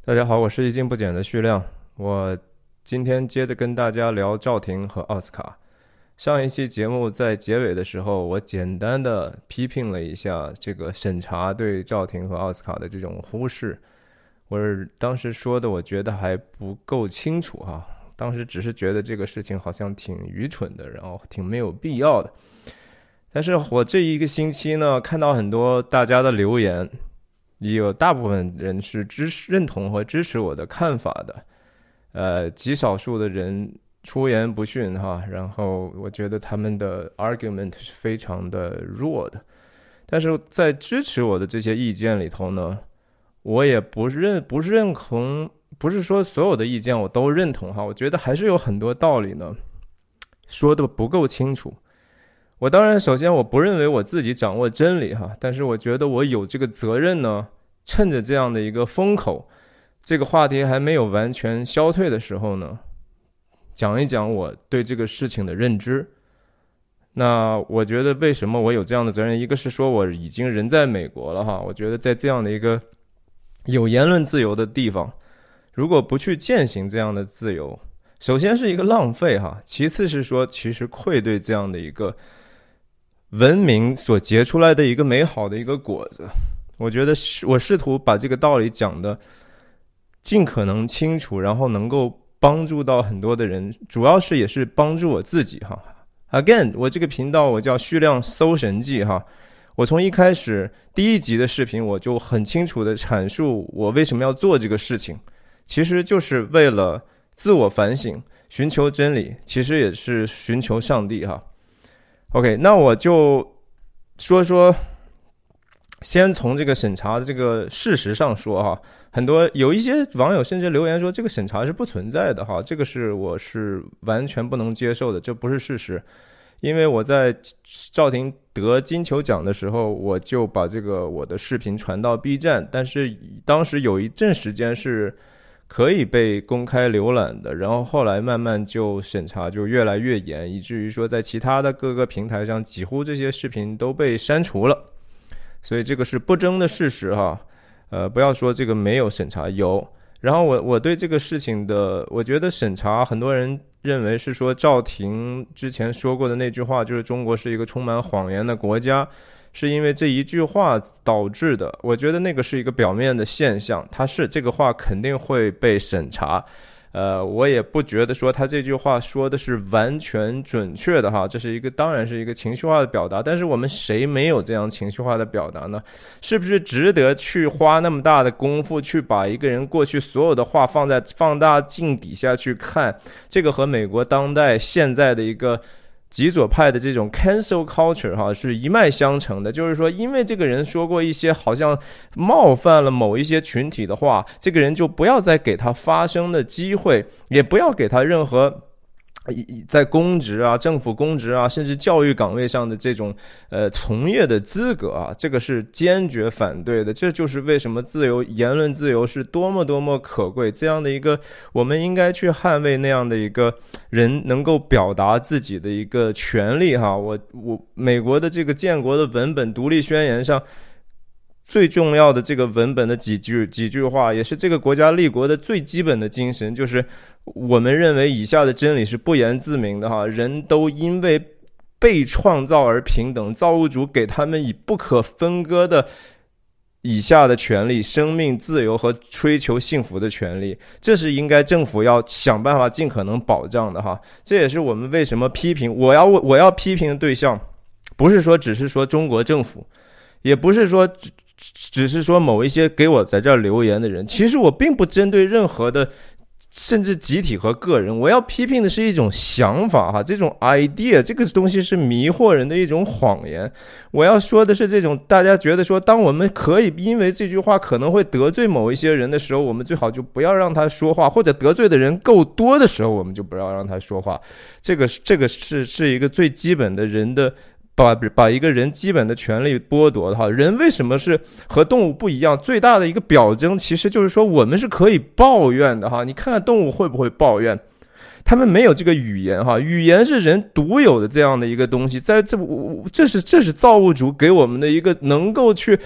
大家好，我是一斤不减的旭亮。我今天接着跟大家聊赵婷和奥斯卡。上一期节目在结尾的时候，我简单的批评了一下这个审查对赵婷和奥斯卡的这种忽视。我当时说的，我觉得还不够清楚哈。当时只是觉得这个事情好像挺愚蠢的，然后挺没有必要的。但是我这一个星期呢，看到很多大家的留言，也有大部分人是认同和支持我的看法的，极少数的人出言不逊哈，然后我觉得他们的 argument 是非常的弱的。但是在支持我的这些意见里头呢，我也不是认同，不是说所有的意见我都认同哈，我觉得还是有很多道理呢说的不够清楚。我当然首先我不认为我自己掌握真理哈，但是我觉得我有这个责任呢，趁着这样的一个风口，这个话题还没有完全消退的时候呢，讲一讲我对这个事情的认知。那我觉得为什么我有这样的责任，一个是说我已经人在美国了哈，我觉得在这样的一个有言论自由的地方，如果不去践行这样的自由，首先是一个浪费哈，其次是说其实愧对这样的一个文明所结出来的一个美好的一个果子。我觉得我试图把这个道理讲的尽可能清楚，然后能够帮助到很多的人，主要是也是帮助我自己哈。Again， 我这个频道我叫旭亮搜神记哈，我从一开始第一集的视频我就很清楚的阐述我为什么要做这个事情，其实就是为了自我反省，寻求真理，其实也是寻求上帝哈。OK， 那我就说，先从这个审查的这个事实上说哈，有一些网友甚至留言说这个审查是不存在的哈，这个我是完全不能接受的，这不是事实。因为我在赵婷得金球奖的时候，我就把我的视频传到 B 站，但是当时有一阵时间是可以被公开浏览的，然后后来慢慢就审查就越来越严，以至于说在其他的各个平台上几乎这些视频都被删除了。所以这个是不争的事实哈，不要说这个没有审查，有。然后我对这个事情的，我觉得审查很多人认为是说赵婷之前说过的那句话，就是中国是一个充满谎言的国家，是因为这一句话导致的。我觉得那个是一个表面的现象，这个话肯定会被审查。我也不觉得说他这句话说的是完全准确的哈，当然是一个情绪化的表达，但是我们谁没有这样情绪化的表达呢？是不是值得去花那么大的功夫去把一个人过去所有的话放在放大镜底下去看？这个和美国当代现在的一个极左派的这种 cancel culture 哈是一脉相承的，就是说因为这个人说过一些好像冒犯了某一些群体的话，这个人就不要再给他发声的机会，也不要给他任何在公职啊、政府公职啊，甚至教育岗位上的这种从业的资格啊，这个是坚决反对的。这就是为什么言论自由是多么多么可贵，这样的一个我们应该去捍卫那样的一个人能够表达自己的一个权利哈。美国的这个建国的文本独立宣言上最重要的这个文本的几句话，也是这个国家立国的最基本的精神，就是我们认为以下的真理是不言自明的哈，人都因为被创造而平等，造物主给他们以不可分割的以下的权利，生命、自由和追求幸福的权利，这是应该政府要想办法尽可能保障的哈。这也是我们为什么批评，我要批评的对象，不是说只是说中国政府，也不是说只是说某一些给我在这儿留言的人，其实我并不针对任何的甚至集体和个人，我要批评的是一种想法哈，这种 idea 这个东西是迷惑人的一种谎言。我要说的是这种大家觉得说，当我们可以因为这句话可能会得罪某一些人的时候，我们最好就不要让他说话，或者得罪的人够多的时候，我们就不要让他说话。这个是一个最基本的人的把一个人基本的权利剥夺的哈。人为什么是和动物不一样？最大的一个表征其实就是说我们是可以抱怨的哈。你看看动物会不会抱怨？他们没有这个语言哈，语言是人独有的这样的一个东西，这是造物主给我们的一个能够去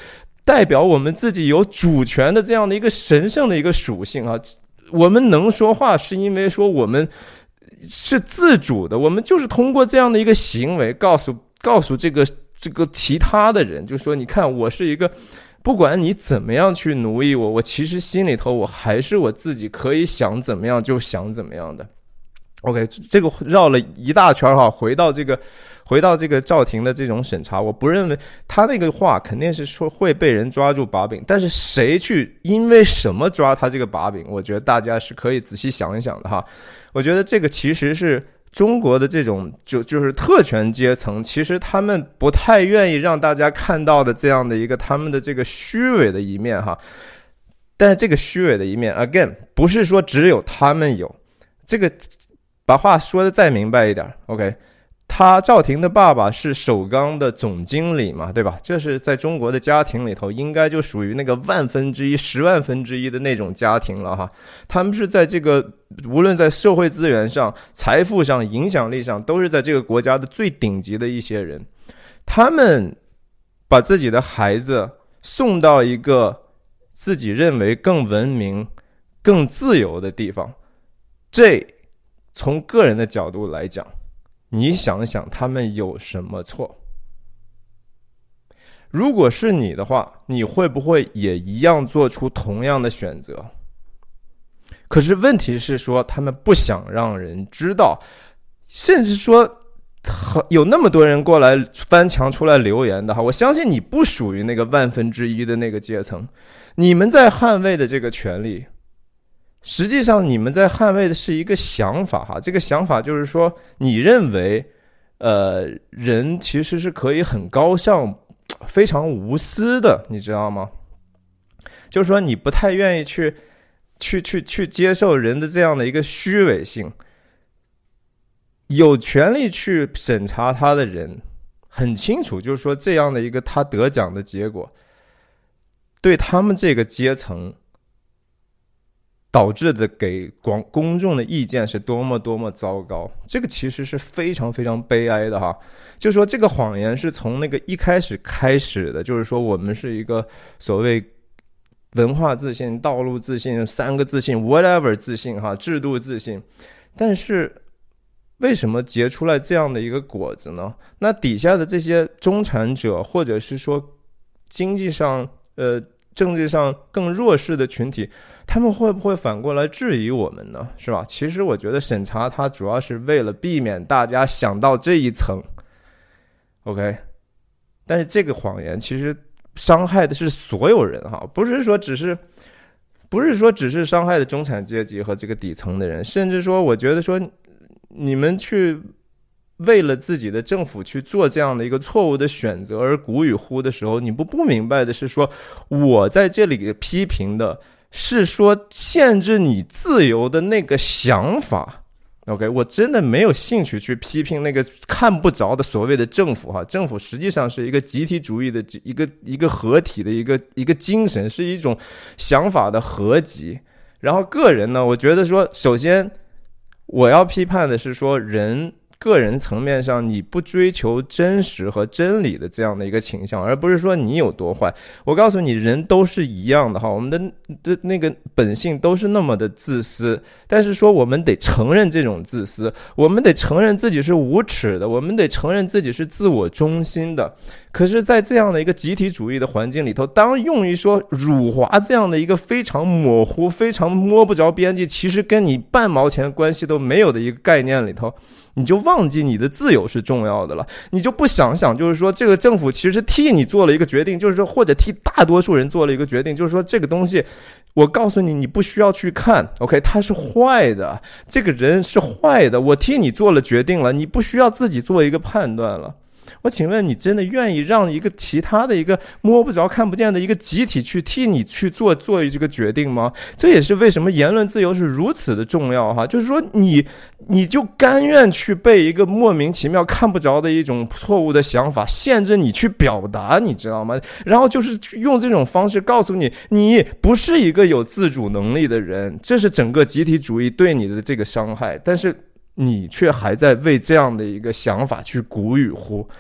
代表我们自己有主权的这样的一个神圣的一个属性啊。我们能说话是因为说我们是自主的，我们就是通过这样的一个行为告诉这个其他的人，就是说你看我是一个，不管你怎么样去奴役我，我其实心里头我还是我自己可以想怎么样就想怎么样的。OK， 这个绕了一大圈哈，回到这个赵婷的这种审查，我不认为他那个话肯定是说会被人抓住把柄，但是谁去因为什么抓他这个把柄，我觉得大家是可以仔细想一想的哈。我觉得这个其实是中国的这种就是特权阶层，其实他们不太愿意让大家看到的这样的一个他们的这个虚伪的一面哈。但是这个虚伪的一面 again 不是说只有他们有，这个把话说的再明白一点 OK， 赵婷的爸爸是首钢的总经理嘛，对吧？这是在中国的家庭里头应该就属于那个1/100000、10000000%的那种家庭了哈。他们是在这个无论在社会资源上、财富上、影响力上，都是在这个国家的最顶级的一些人。他们把自己的孩子送到一个自己认为更文明、更自由的地方，这从个人的角度来讲，你想想他们有什么错？如果是你的话，你会不会也一样做出同样的选择？可是问题是说他们不想让人知道，甚至说有那么多人过来翻墙出来留言的哈，我相信你不属于那个1/1000的那个阶层，你们在捍卫的这个权利，实际上你们在捍卫的是一个想法哈，这个想法就是说你认为人其实是可以很高尚非常无私的，你知道吗？就是说你不太愿意去接受人的这样的一个虚伪性。有权利去审查他的人很清楚，就是说这样的一个他得奖的结果对他们这个阶层导致的给公众的意见是多么多么糟糕，这个其实是非常非常悲哀的哈。就是说这个谎言是从那个一开始的，就是说我们是一个所谓文化自信、道路自信、3个自信 whatever 自信哈，制度自信，但是为什么结出来这样的一个果子呢？那底下的这些中产者，或者是说经济上政治上更弱势的群体，他们会不会反过来质疑我们呢？是吧？其实我觉得审查它主要是为了避免大家想到这一层 OK， 但是这个谎言其实伤害的是所有人哈，不是说只是伤害的中产阶级和这个底层的人，甚至说我觉得说你们去为了自己的政府去做这样的一个错误的选择而鼓与呼的时候，你不明白的是说，我在这里批评的是说限制你自由的那个想法。OK， 我真的没有兴趣去批评那个看不着的所谓的政府哈，政府实际上是一个集体主义的一个合体的一个精神，是一种想法的合集。然后个人呢，我觉得说，首先我要批判的是说个人层面上你不追求真实和真理的这样的一个倾向，而不是说你有多坏。我告诉你，人都是一样的哈，我们的那个本性都是那么的自私，但是说我们得承认这种自私，我们得承认自己是无耻的，我们得承认自己是自我中心的。可是在这样的一个集体主义的环境里头，当用于说辱华这样的一个非常模糊、非常摸不着边际，其实跟你半毛钱关系都没有的一个概念里头，你就忘记你的自由是重要的了，你就不想就是说这个政府其实替你做了一个决定，就是说或者替大多数人做了一个决定，就是说这个东西我告诉你，你不需要去看 OK， 他是坏的，这个人是坏的，我替你做了决定了，你不需要自己做一个判断了。我请问你真的愿意让一个其他的一个摸不着看不见的一个集体去替你去做这个决定吗？这也是为什么言论自由是如此的重要哈，就是说你就甘愿去被一个莫名其妙看不着的一种错误的想法限制你去表达，你知道吗？然后就是用这种方式告诉你，你不是一个有自主能力的人，这是整个集体主义对你的这个伤害，但是你却还在为这样的一个想法去鼓与呼。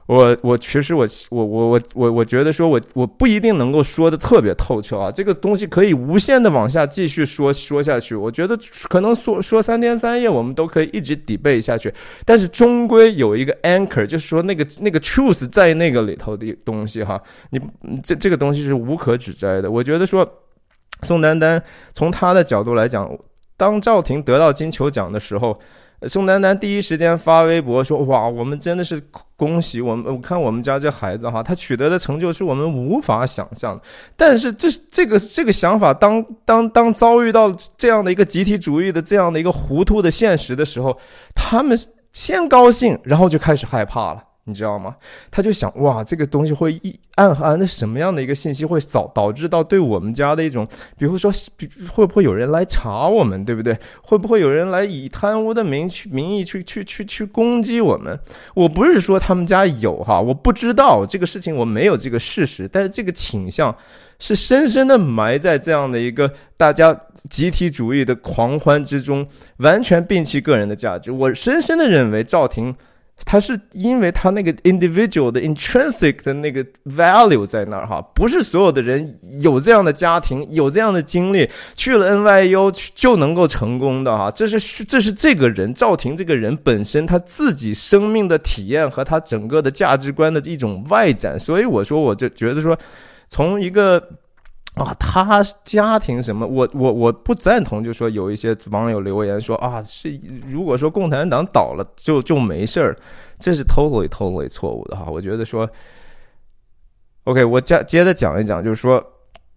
我其实我觉得说我不一定能够说的特别透彻啊，这个东西可以无限的往下继续说下去，我觉得可能说3天3夜我们都可以一直 debate 下去，但是终归有一个 anchor， 就是说那个 truth 在那个里头的东西哈，你这个东西是无可指摘的。我觉得说宋丹丹从他的角度来讲，当赵婷得到金球奖的时候，宋丹丹第一时间发微博说：“哇，我们真的是恭喜我们！我看我们家这孩子哈，他取得的成就是我们无法想象的。但是这个想法，当遭遇到这样的一个集体主义的这样的一个糊涂的现实的时候，他们先高兴，然后就开始害怕了。”你知道吗？他就想，哇，这个东西会暗含的什么样的一个信息，会导致到对我们家的一种，比如说，会不会有人来查我们，对不对？会不会有人来以贪污的名义去攻击我们？我不是说他们家有哈，我不知道这个事情，我没有这个事实，但是这个倾向是深深的埋在这样的一个大家集体主义的狂欢之中，完全摒弃个人的价值。我深深的认为赵婷他是因为他那个 individual 的 intrinsic 的那个 value 在那儿哈，不是所有的人有这样的家庭有这样的经历去了 NYU 就能够成功的哈，这是这个人赵婷这个人本身他自己生命的体验和他整个的价值观的一种外展。所以我说我就觉得说从一个他家庭什么，我不赞同，就说有一些网友留言说是如果说共产党倒了就没事儿，这是 totally 错误的哈。我觉得说 ，OK， 我接着讲一讲，就是说，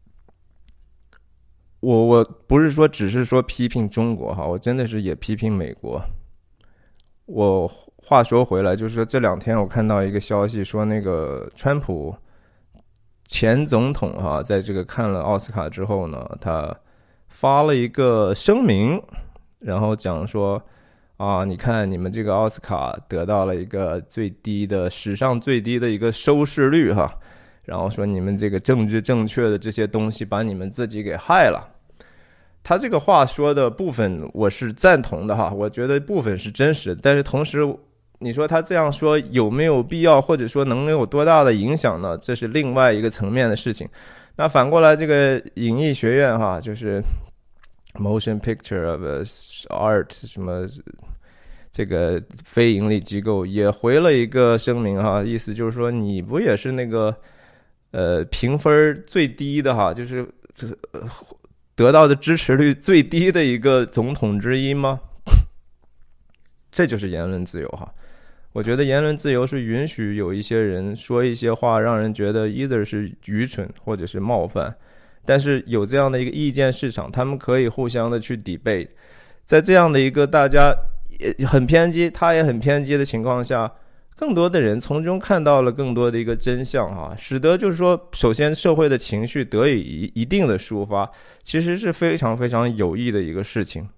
我不是说只是说批评中国哈，我真的是也批评美国。我话说回来，就是说这2天我看到一个消息说，那个川普前总统哈，在这个看了奥斯卡之后呢，他发了一个声明，然后讲说你看你们这个奥斯卡得到了一个史上最低的一个收视率哈，然后说你们这个政治正确的这些东西把你们自己给害了。他这个话说的部分我是赞同的哈，我觉得部分是真实的，但是同时你说他这样说有没有必要，或者说能有多大的影响呢？这是另外一个层面的事情。那反过来，这个影艺学院哈，就是 Motion Picture of Art 什么这个非盈利机构也回了一个声明哈，意思就是说你不也是那个评分最低的哈，就是得到的支持率最低的一个总统之一吗？这就是言论自由哈。我觉得言论自由是允许有一些人说一些话，让人觉得 either 是愚蠢或者是冒犯，但是有这样的一个意见市场，他们可以互相的去 debate， 在这样的一个大家也很偏激，他也很偏激的情况下，更多的人从中看到了更多的一个真相哈，使得就是说，首先社会的情绪得以一定的抒发，其实是非常非常有益的一个事情。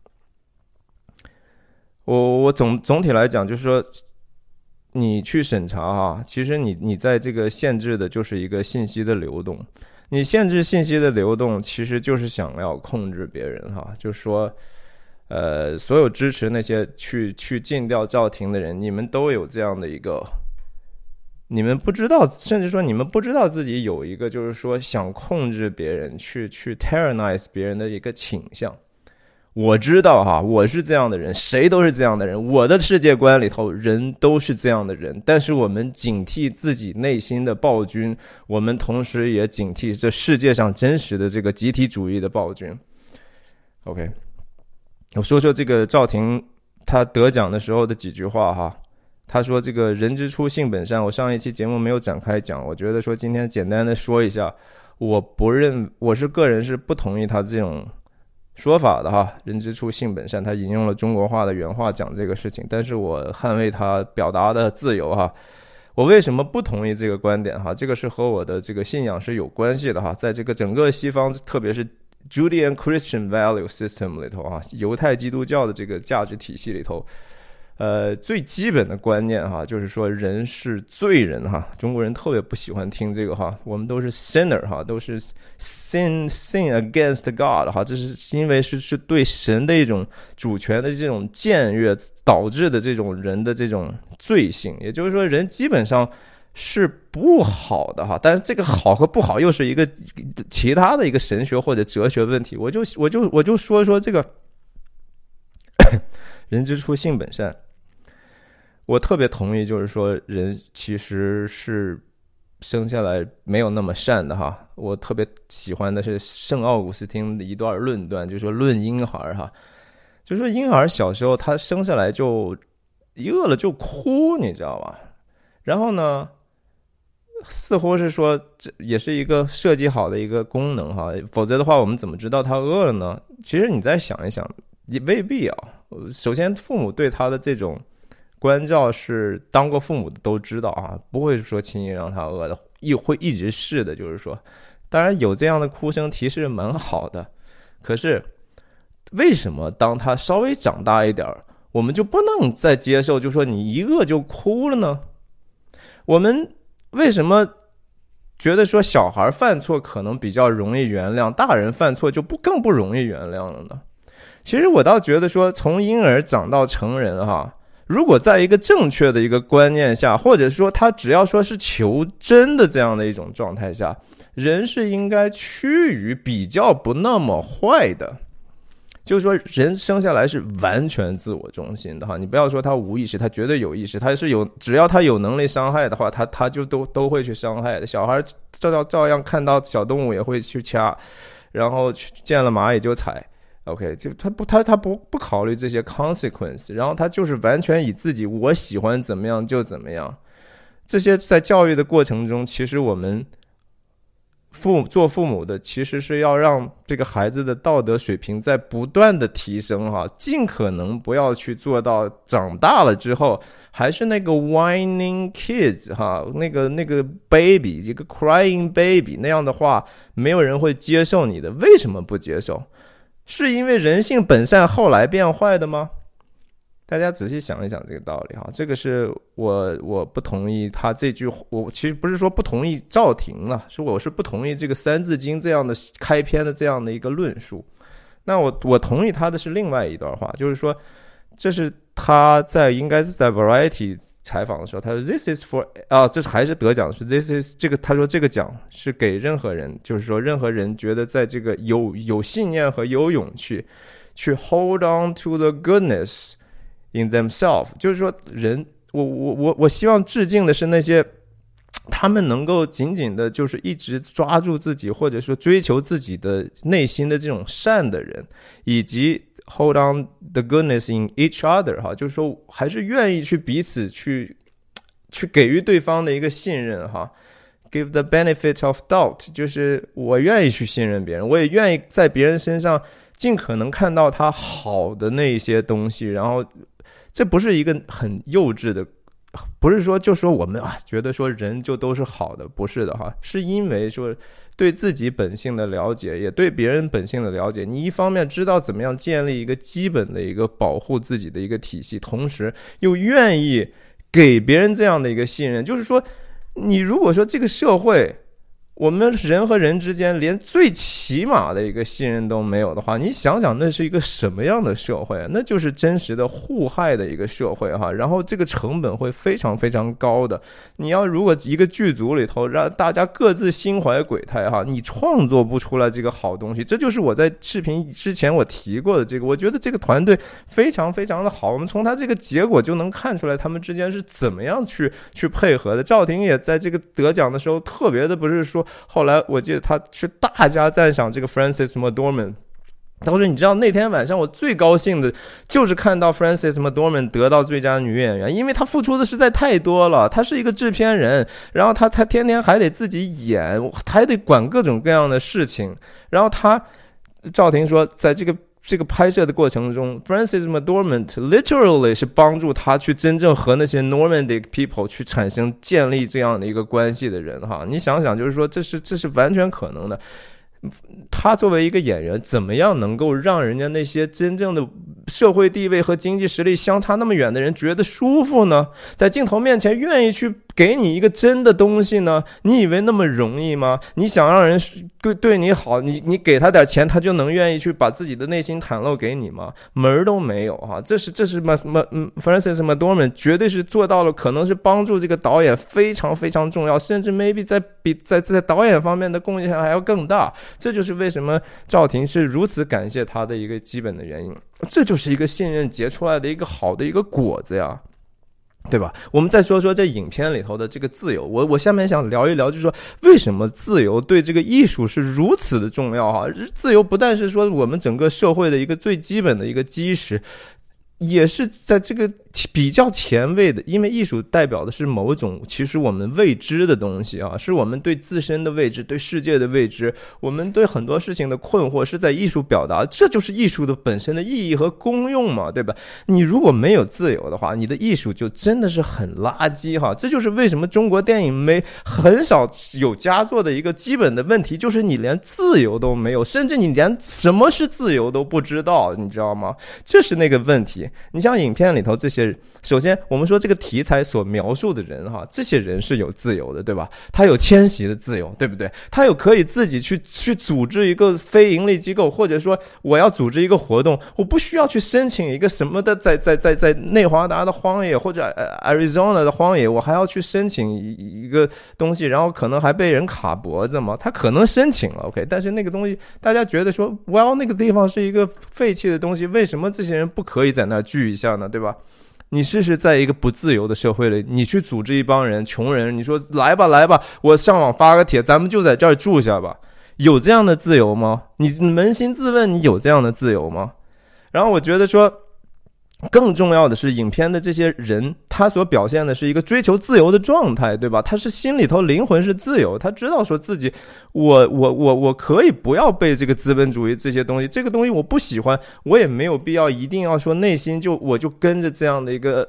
我总体来讲就是说，你去审查哈，其实你在这个限制的就是一个信息的流动，你限制信息的流动，其实就是想要控制别人哈，就是说，所有支持那些去禁掉赵婷的人，你们都有这样的一个，你们不知道，甚至说你们不知道自己有一个就是说想控制别人，去 tyrannize 别人的一个倾向。我知道哈，我是这样的人，谁都是这样的人，我的世界观里头人都是这样的人，但是我们警惕自己内心的暴君，我们同时也警惕这世界上真实的这个集体主义的暴君。 OK， 我说说这个赵婷她得奖的时候的几句话哈。他说这个人之初性本善，我上一期节目没有展开讲，我觉得说今天简单的说一下，我个人是不同意他这种说法的哈，人之初性本善，他引用了中国话的原话讲这个事情，但是我捍卫他表达的自由哈。我为什么不同意这个观点哈？这个是和我的这个信仰是有关系的哈。在这个整个西方，特别是 Judean Christian value system 里头哈，犹太基督教的这个价值体系里头，最基本的观念哈，就是说人是罪人哈。中国人特别不喜欢听这个哈，我们都是 sinner 哈，都是 sin against God 哈，这是因为是对神的一种主权的这种僭越导致的这种人的这种罪性。也就是说，人基本上是不好的哈，但是这个好和不好又是一个其他的一个神学或者哲学问题。我就说这个人之初性本善，我特别同意，就是说人其实是生下来没有那么善的哈。我特别喜欢的是圣奥古斯丁的一段论断，就是说论婴孩哈，就是说婴儿小时候他生下来就一饿了就哭，你知道吧？然后呢，似乎是说这也是一个设计好的一个功能哈，否则的话我们怎么知道他饿了呢？其实你再想一想，也未必啊。首先，父母对他的这种关照是当过父母的都知道啊，不会说轻易让他饿的，会一直是的。就是说，当然有这样的哭声提示蛮好的，可是为什么当他稍微长大一点，我们就不能再接受，就说你一饿就哭了呢？我们为什么觉得说小孩犯错可能比较容易原谅，大人犯错就更不容易原谅了呢？其实我倒觉得说，从婴儿长到成人哈，如果在一个正确的一个观念下，或者说他只要说是求真的这样的一种状态下，人是应该趋于比较不那么坏的。就是说人生下来是完全自我中心的哈，你不要说他无意识，他绝对有意识，他是有，只要他有能力伤害的话，他就都会去伤害的。小孩照样看到小动物也会去掐，然后见了蚂蚁就踩。OK， 就他不考虑这些 consequence， 然后他就是完全以自己我喜欢怎么样就怎么样。这些在教育的过程中，其实我们做父母的其实是要让这个孩子的道德水平在不断的提升哈，尽可能不要去做到长大了之后还是那个 whining kids 哈，那个 baby， 一个 crying baby， 那样的话没有人会接受你的。为什么不接受？是因为人性本善后来变坏的吗？大家仔细想一想这个道理哈，这个是我不同意他这句，我其实不是说不同意赵婷了，我是不同意这个三字经这样的开篇的这样的一个论述。那我同意他的是另外一段话，就是说这是他应该是在 Variety 采访的时候，他说 This is for 这还是得奖是 This is 这个，他说这个奖是给任何人，就是说任何人觉得在这个有信念和有勇气去 hold on to the goodness in themselves， 就是说人，我希望致敬的是那些他们能够紧紧的，就是一直抓住自己，或者说追求自己的内心的这种善的人，以及 hold on the goodness in each other 哈，就是说还是愿意去彼此去给予对方的一个信任哈。Give the benefit of doubt， 就是我愿意去信任别人，我也愿意在别人身上尽可能看到他好的那些东西，然后这不是一个很幼稚的，不是说就说我们觉得说人就都是好的，不是的哈，是因为说对自己本性的了解，也对别人本性的了解，你一方面知道怎么样建立一个基本的一个保护自己的一个体系，同时又愿意给别人这样的一个信任。就是说你如果说这个社会我们人和人之间连最起码的一个信任都没有的话，你想想那是一个什么样的社会？那就是真实的互害的一个社会哈。然后这个成本会非常非常高的。你要如果一个剧组里头让大家各自心怀鬼胎哈，你创作不出来这个好东西。这就是我在视频之前我提过的这个，我觉得这个团队非常非常的好。我们从他这个结果就能看出来他们之间是怎么样去配合的。赵婷也在这个得奖的时候特别的，不是说后来我记得他是大加赞赏这个 Frances McDormand， 他说你知道那天晚上我最高兴的就是看到 Frances McDormand 得到最佳女演员，因为她付出的实在太多了，她是一个制片人，然后她天天还得自己演，还得管各种各样的事情，然后赵婷说在这个拍摄的过程中 Frances McDormand literally 是帮助他去真正和那些 Normandic people 去建立这样的一个关系的人哈。你想想，就是说这是完全可能的。他作为一个演员，怎么样能够让人家那些真正的社会地位和经济实力相差那么远的人觉得舒服呢？在镜头面前愿意去给你一个真的东西呢？你以为那么容易吗？你想让人对你好，你给他点钱，他就能愿意去把自己的内心袒露给你吗？门儿都没有哈！这是Francis McDormand 绝对是做到了，可能是帮助这个导演非常非常重要，甚至 maybe 在导演方面的贡献还要更大。这就是为什么赵婷是如此感谢他的一个基本的原因。这就是一个信任结出来的一个好的一个果子呀。对吧？我们再说说这影片里头的这个自由。我下面想聊一聊，就是说为什么自由对这个艺术是如此的重要哈？自由不但是说我们整个社会的一个最基本的一个基石，也是在这个比较前卫的，因为艺术代表的是某种其实我们未知的东西啊，是我们对自身的未知，对世界的未知，我们对很多事情的困惑是在艺术表达，这就是艺术的本身的意义和功用嘛，对吧？你如果没有自由的话，你的艺术就真的是很垃圾哈。这就是为什么中国电影很少有佳作的一个基本的问题，就是你连自由都没有，甚至你连什么是自由都不知道，你知道吗？这是那个问题。你像影片里头这些，首先我们说这个题材所描述的人哈，这些人是有自由的，对吧？他有迁徙的自由，对不对？他有可以自己去组织一个非盈利机构，或者说我要组织一个活动，我不需要去申请一个什么的，在内华达的荒野或者Arizona 的荒野，我还要去申请一个东西，然后可能还被人卡脖子嘛。他可能申请了 OK， 但是那个东西大家觉得说 well 那个地方是一个废弃的东西，为什么这些人不可以在那儿聚一下呢？对吧？你试试在一个不自由的社会里，你去组织一帮人穷人，你说来吧，我上网发个帖，咱们就在这儿住下吧，有这样的自由吗？你扪心自问，你有这样的自由吗？然后我觉得说更重要的是，影片的这些人他所表现的是一个追求自由的状态，对吧？他是心里头灵魂是自由，他知道说自己我可以不要被这个资本主义这些东西，这个东西我不喜欢，我也没有必要一定要说内心我就跟着这样的一个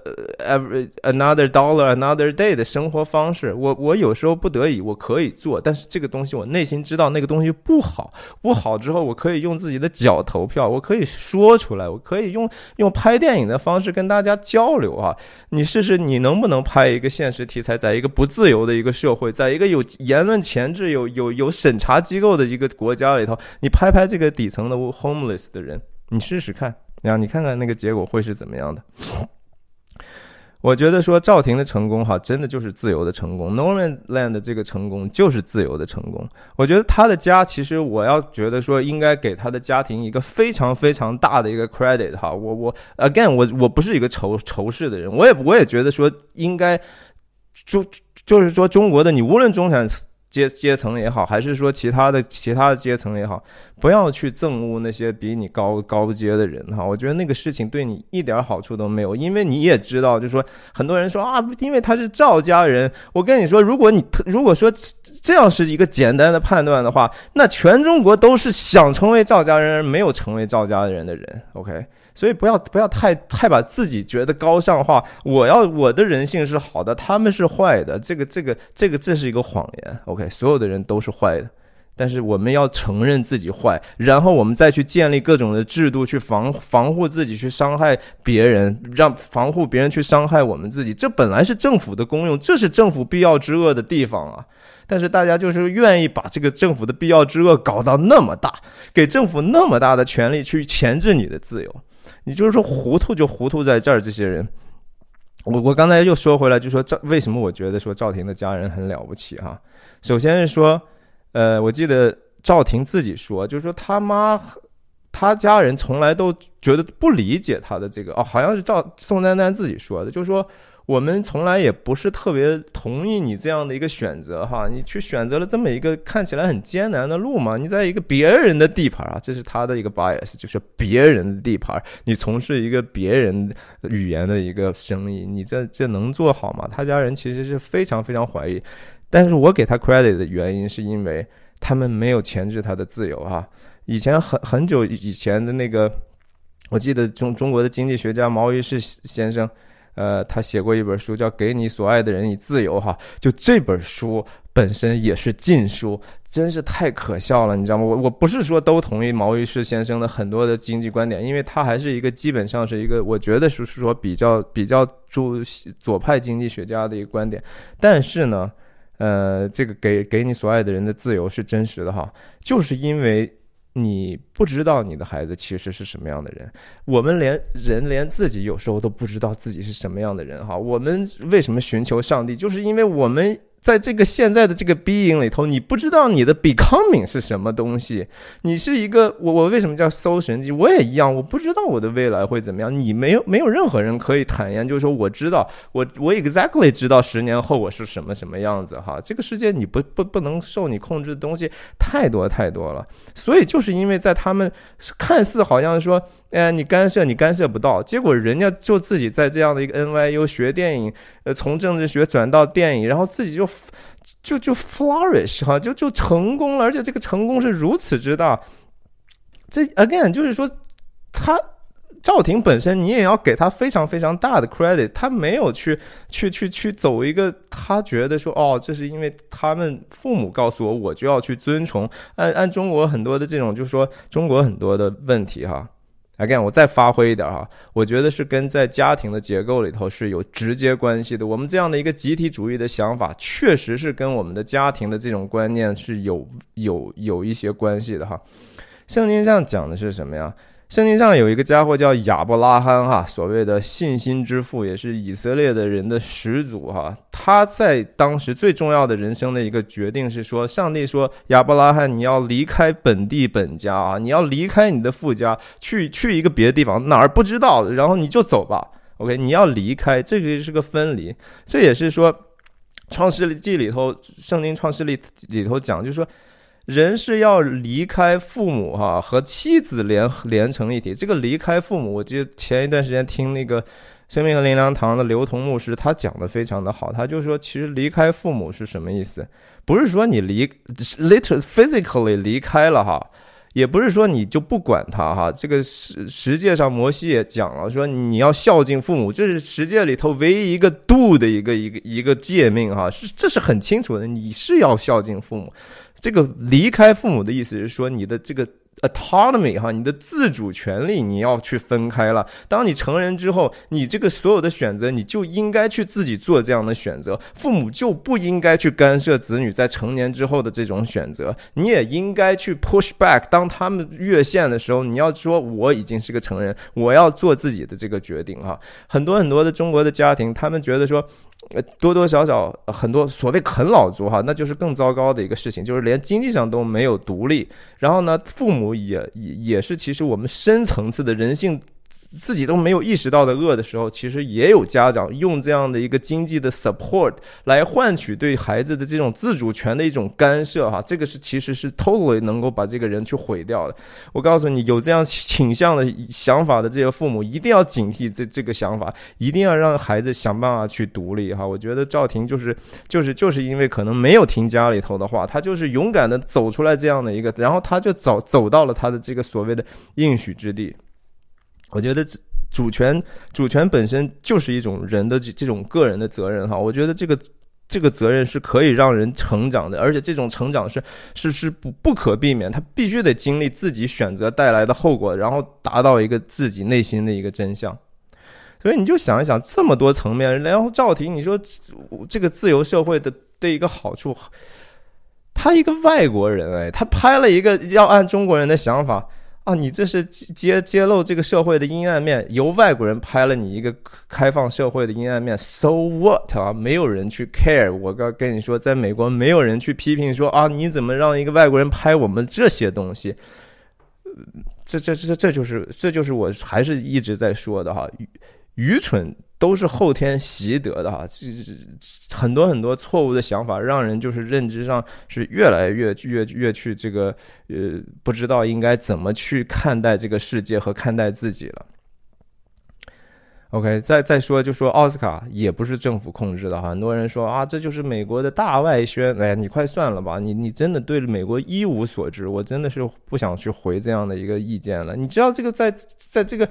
another dollar another day 的生活方式。我有时候不得已我可以做，但是这个东西我内心知道那个东西不好之后，我可以用自己的脚投票，我可以说出来，我可以用拍电影的方式跟大家交流啊。你试试你能不能拍一个现实题材，在一个不自由的一个社会，在一个有言论前置有审查机构的一个国家里头，你拍这个底层的 homeless 的人，你试试看，你看看那个结果会是怎么样的。我觉得说赵婷的成功哈，真的就是自由的成功。Nomadland 的这个成功就是自由的成功。我觉得他的家，其实我要觉得说应该给他的家庭一个非常非常大的一个 credit 哈。我 again 我不是一个仇视的人，我也觉得说应该就是说中国的你无论中产阶层也好，还是说其他的阶层也好，不要去憎恶那些比你高阶的人哈。我觉得那个事情对你一点好处都没有，因为你也知道，就是说很多人说啊，因为他是赵家人。我跟你说，如果说这样是一个简单的判断的话，那全中国都是想成为赵家人而没有成为赵家人的人。OK。所以不要太把自己觉得高尚化，我的人性是好的，他们是坏的，这是一个谎言。OK， 所有的人都是坏的，但是我们要承认自己坏，然后我们再去建立各种的制度去防护自己，去伤害别人，防护别人去伤害我们自己。这本来是政府的功用，这是政府必要之恶的地方啊。但是大家就是愿意把这个政府的必要之恶搞到那么大，给政府那么大的权力去钳制你的自由。你就是说糊涂就糊涂在这儿，这些人。我刚才又说回来，就说为什么我觉得说赵婷的家人很了不起哈。首先是说，我记得赵婷自己说，就是说他家人从来都觉得不理解他的这个好像是宋丹丹自己说的，就是说我们从来也不是特别同意你这样的一个选择哈，你去选择了这么一个看起来很艰难的路嘛，你在一个别人的地盘这是他的一个 bias， 就是别人的地盘，你从事一个别人语言的一个生意，你这能做好吗？他家人其实是非常非常怀疑，但是我给他 credit 的原因是因为他们没有钳制他的自由哈。以前很久以前的那个，我记得中国的经济学家毛于轼先生他写过一本书叫《给你所爱的人以自由》哈，就这本书本身也是禁书，真是太可笑了，你知道吗？我不是说都同意毛于轼先生的很多的经济观点，因为他还是一个基本上是一个我觉得是说比较左派经济学家的一个观点，但是呢，这个给你所爱的人的自由是真实的哈，就是因为你不知道你的孩子其实是什么样的人，我们连自己有时候都不知道自己是什么样的人哈。我们为什么寻求上帝，就是因为我们在这个现在的这个 being 里头，你不知道你的 becoming 是什么东西。你是一个我为什么叫搜神记？我也一样，我不知道我的未来会怎么样。你没有任何人可以坦言，就是说我知道我 exactly 知道10年后我是什么样子哈。这个世界你不能受你控制的东西太多了，所以就是因为在他们看似好像说，你干涉不到，结果人家就自己在这样的一个 NYU 学电影，从政治学转到电影，然后自己就 flourish 哈，就成功了，而且这个成功是如此之大。这 again 就是说，赵婷本身你也要给他非常非常大的 credit， 他没有去走一个他觉得说这是因为他们父母告诉我就要去遵从，按中国很多的这种就是说中国很多的问题哈。Again， 我再发挥一点哈，我觉得是跟在家庭的结构里头是有直接关系的。我们这样的一个集体主义的想法，确实是跟我们的家庭的这种观念是有一些关系的哈。圣经上讲的是什么呀？圣经上有一个家伙叫亚伯拉罕哈，所谓的信心之父，也是以色列的人的始祖哈。他在当时最重要的人生的一个决定是说，上帝说亚伯拉罕，你要离开本地本家啊，你要离开你的父家，去一个别的地方，哪儿不知道，然后你就走吧。OK， 你要离开，这个是个分离。这也是说创世纪里头，圣经创世纪里头讲，就是说人是要离开父母哈，和妻子连成一体。这个离开父母，我记得前一段时间听那个生命和灵粮堂的刘同牧师，他讲的非常的好。他就说，其实离开父母是什么意思？不是说你literally physically 离开了哈，也不是说你就不管他哈。这个实际上摩西也讲了，说你要孝敬父母，这是世界里头唯一一个 do 的一个诫命哈，这是很清楚的，你是要孝敬父母。这个离开父母的意思是说，你的这个 autonomy 哈，你的自主权利你要去分开了。当你成人之后，你这个所有的选择，你就应该去自己做这样的选择。父母就不应该去干涉子女在成年之后的这种选择。你也应该去 push back， 当他们越线的时候，你要说我已经是个成人，我要做自己的这个决定哈。很多的中国的家庭，他们觉得说，多多少少很多所谓啃老族哈，那就是更糟糕的一个事情，就是连经济上都没有独立。然后呢，父母也是其实我们深层次的人性自己都没有意识到的恶的时候，其实也有家长用这样的一个经济的 support 来换取对孩子的这种自主权的一种干涉哈，这个其实是 totally 能够把这个人去毁掉的。我告诉你，有这样倾向的想法的这些父母，一定要警惕这个想法，一定要让孩子想办法去独立哈。我觉得赵婷就是因为可能没有听家里头的话，他就是勇敢的走出来这样的一个，然后他就走到了他的这个所谓的应许之地。我觉得主权本身就是一种人的这种个人的责任哈，我觉得这个责任是可以让人成长的，而且这种成长是不可避免，他必须得经历自己选择带来的后果，然后达到一个自己内心的一个真相。所以你就想一想，这么多层面，然后赵婷，你说这个自由社会的一个好处，他一个外国人他拍了一个要按中国人的想法。你这是揭露这个社会的阴暗面，由外国人拍了你一个开放社会的阴暗面 ，so what 啊？没有人去 care。我刚跟你说，在美国没有人去批评说你怎么让一个外国人拍我们这些东西？这就是我还是一直在说的哈，愚蠢都是后天习得的哈，很多错误的想法，让人就是认知上是越来越去这个不知道应该怎么去看待这个世界和看待自己了。OK， 再说就说奥斯卡也不是政府控制的，很多人说这就是美国的大外宣，你快算了吧，你真的对美国一无所知，我真的是不想去回这样的一个意见了。你知道这个在这个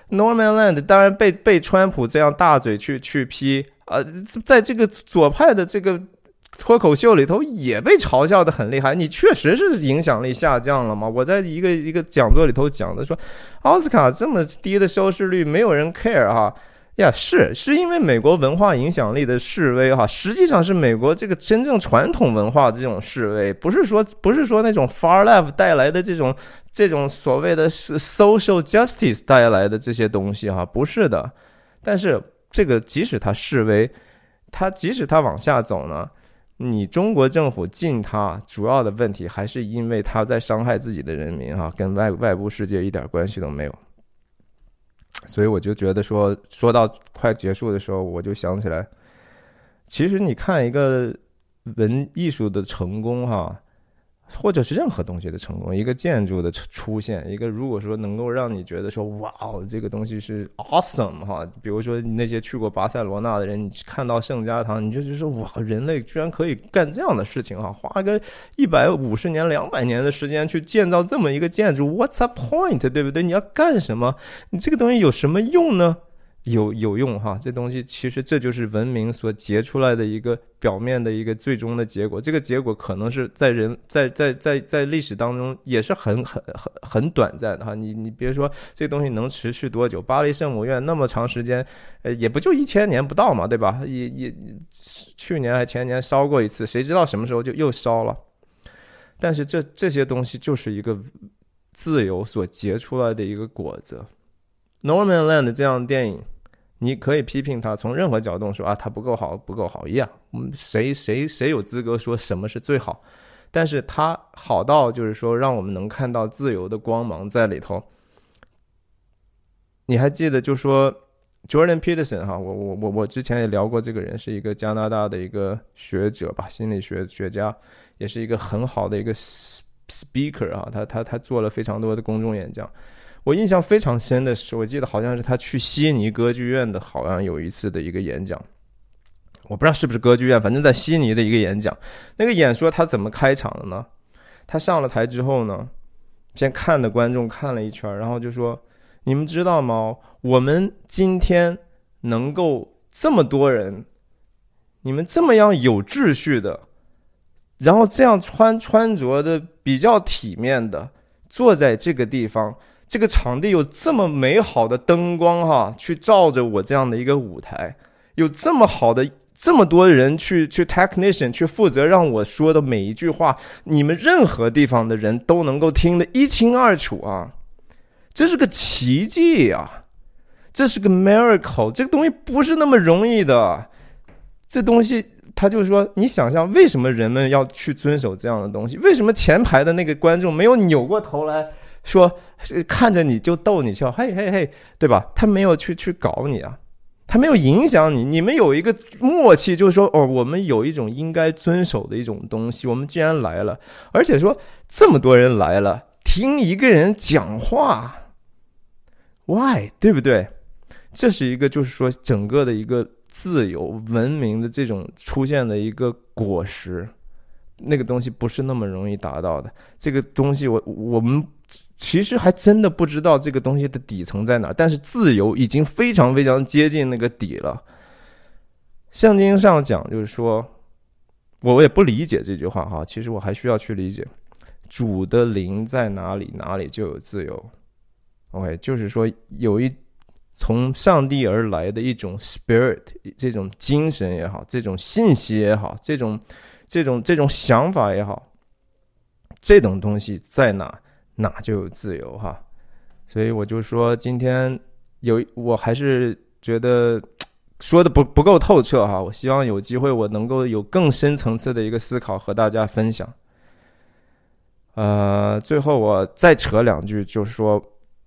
Norman Land 当然被川普这样大嘴去批在这个左派的这个脱口秀里头也被嘲笑的很厉害。你确实是影响力下降了吗？我在一个讲座里头讲的说，奥斯卡这么低的收视率，没有人 care 哈。呀，是因为美国文化影响力的示威哈，实际上是美国这个真正传统文化的这种示威，不是说那种 far left 带来的这种所谓的 social justice 带来的这些东西哈，不是的。但是这个即使他示威，即使他往下走呢，你中国政府禁他，主要的问题还是因为他在伤害自己的人民哈，跟外部世界一点关系都没有。所以我就觉得说到快结束的时候，我就想起来，其实你看一个艺术的成功哈，或者是任何东西的成功，一个建筑的出现，一个如果说能够让你觉得说哇这个东西是 awesome 哈，比如说那些去过巴塞罗那的人，你看到圣家堂，你就是说哇，人类居然可以干这样的事情哈，花个150年200年的时间去建造这么一个建筑 ，What's the point， 对不对？你要干什么？你这个东西有什么用呢？有用哈，这东西其实这就是文明所结出来的一个表面的一个最终的结果。这个结果可能是在历史当中也是很短暂的哈。你别说这个东西能持续多久，巴黎圣母院那么长时间，也不就1000年不到嘛，对吧？也去年还前年烧过一次，谁知道什么时候就又烧了。但是这些东西就是一个自由所结出来的一个果子。Norman Land 这样的电影，你可以批评他，从任何角度说他不够好一样，谁有资格说什么是最好？但是他好到就是说让我们能看到自由的光芒在里头。你还记得就说 Jordan Peterson 哈，我之前也聊过，这个人是一个加拿大的一个学者吧，心理学家，也是一个很好的一个 speaker 啊，他做了非常多的公众演讲。我印象非常深的是，我记得好像是他去悉尼歌剧院的，好像有一次的一个演讲，我不知道是不是歌剧院，反正在悉尼的一个演讲。那个演说他怎么开场的呢？他上了台之后呢，先看的观众看了一圈，然后就说：“你们知道吗？我们今天能够这么多人，你们这么样有秩序的，然后这样穿着的比较体面的，坐在这个地方。”这个场地有这么美好的灯光哈，去照着我这样的一个舞台，有这么好的这么多人去 technician 去负责让我说的每一句话，你们任何地方的人都能够听得一清二楚啊！这是个奇迹啊，这是个 miracle， 这个东西不是那么容易的。这东西他就说，你想象为什么人们要去遵守这样的东西？为什么前排的那个观众没有扭过头来说看着你就逗你笑，嘿嘿嘿，对吧？他没有去搞你啊，他没有影响你。你们有一个默契，就是说我们有一种应该遵守的一种东西。我们既然来了，而且说这么多人来了，听一个人讲话 ，why， 对不对？这是一个就是说整个的一个自由文明的这种出现的一个果实。那个东西不是那么容易达到的。这个东西我们其实还真的不知道这个东西的底层在哪，但是自由已经非常非常接近那个底了。圣经上讲就是说，我也不理解这句话哈，其实我还需要去理解，主的灵在哪里，哪里就有自由。OK， 就是说有一从上帝而来的一种 spirit， 这种精神也好，这种信息也好，这种想法也好，这种东西在哪就有自由哈。所以我就说今天我还是觉得说的不够透彻哈，我希望有机会我能够有更深层次的一个思考和大家分享。最后我再扯两句，就是说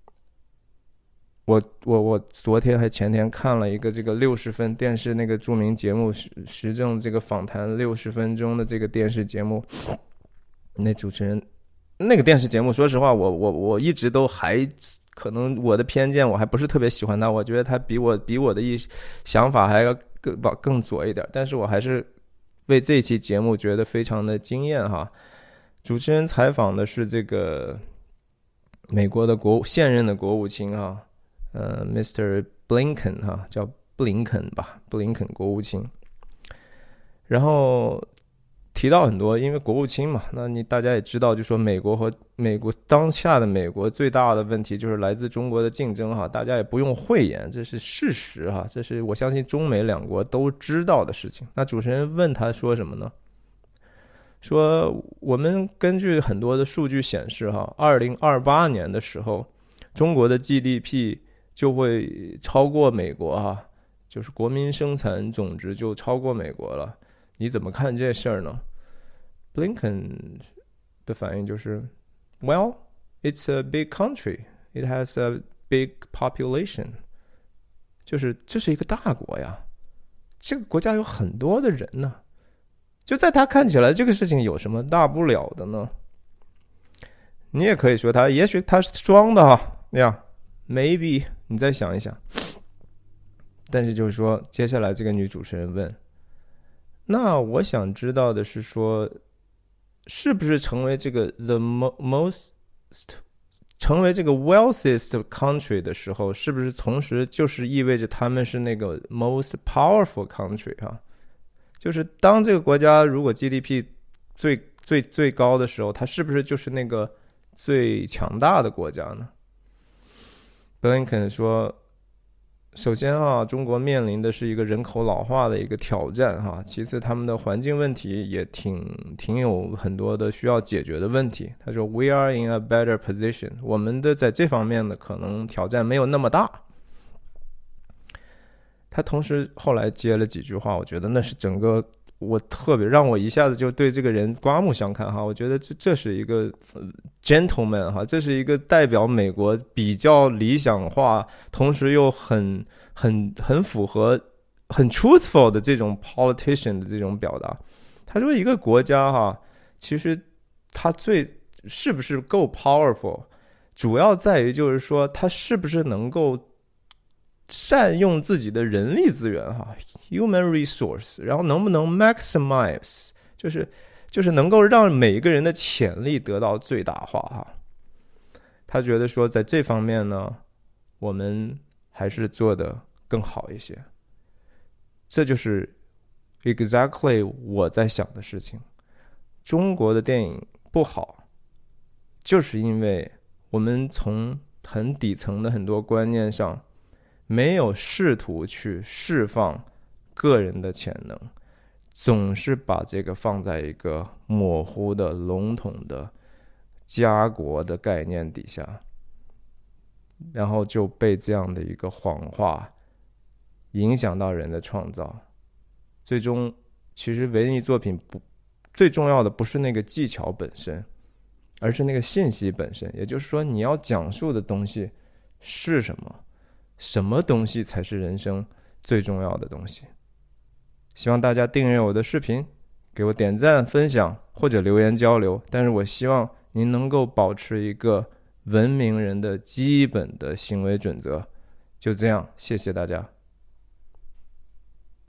我昨天还前天看了一个这个60分电视那个著名节目时政这个访谈60分钟的这个电视节目，那主持人那个电视节目，说实话我一直都还可能我的偏见，我还不是特别喜欢他，我觉得他比我的想法还要更左一点，但是我还是为这一期节目觉得非常的惊艳哈。主持人采访的是这个美国的现任的国务卿哈 Mr. Blinken 哈，叫布林肯吧，布林肯国务卿。然后提到很多，因为国务卿嘛，那大家也知道，就说美国当下的美国最大的问题就是来自中国的竞争哈，大家也不用讳言，这是事实哈，这是我相信中美两国都知道的事情。那主持人问他说什么呢？说我们根据很多的数据显示哈，2028年的时候，中国的 GDP 就会超过美国哈，就是国民生产总值就超过美国了。你怎么看这事儿呢？ Blinken 的反应就是 Well, it's a big country. It has a big population. 就是这是一个大国呀，这个国家有很多的人呢，就在他看起来这个事情有什么大不了的呢？你也可以说也许他是装的哈呀 ，maybe 你再想一想。但是就是说，接下来这个女主持人问，那我想知道的是说，是不是成为这个 成为这个 wealthiest country 的时候，是不是同时就是意味着他们是那个 most powerful country 啊？就是当这个国家如果 GDP 最高的时候，它是不是就是那个最强大的国家呢？ Blinken 说，首先啊，中国面临的是一个人口老化的一个挑战哈，其次他们的环境问题也挺有很多的需要解决的问题。他说 We are in a better position， 我们的在这方面的可能挑战没有那么大。他同时后来接了几句话，我觉得那是整个我特别让我一下子就对这个人刮目相看哈。我觉得这是一个 gentleman 哈，这是一个代表美国比较理想化，同时又很符合很 truthful 的这种 politician 的这种表达。他说一个国家哈，其实它是不是够 powerful， 主要在于就是说它是不是能够善用自己的人力资源哈 ，human resource， 然后能不能 maximize， 就是能够让每一个人的潜力得到最大化哈。他觉得说在这方面呢，我们还是做得更好一些。这就是 exactly 我在想的事情。中国的电影不好，就是因为我们从很底层的很多观念上没有试图去释放个人的潜能，总是把这个放在一个模糊的笼统的家国的概念底下，然后就被这样的一个谎话影响到人的创造。最终其实文艺作品最重要的不是那个技巧本身，而是那个信息本身。也就是说，你要讲述的东西是什么，什么东西才是人生最重要的东西。希望大家订阅我的视频，给我点赞分享或者留言交流，但是我希望您能够保持一个文明人的基本的行为准则。就这样，谢谢大家。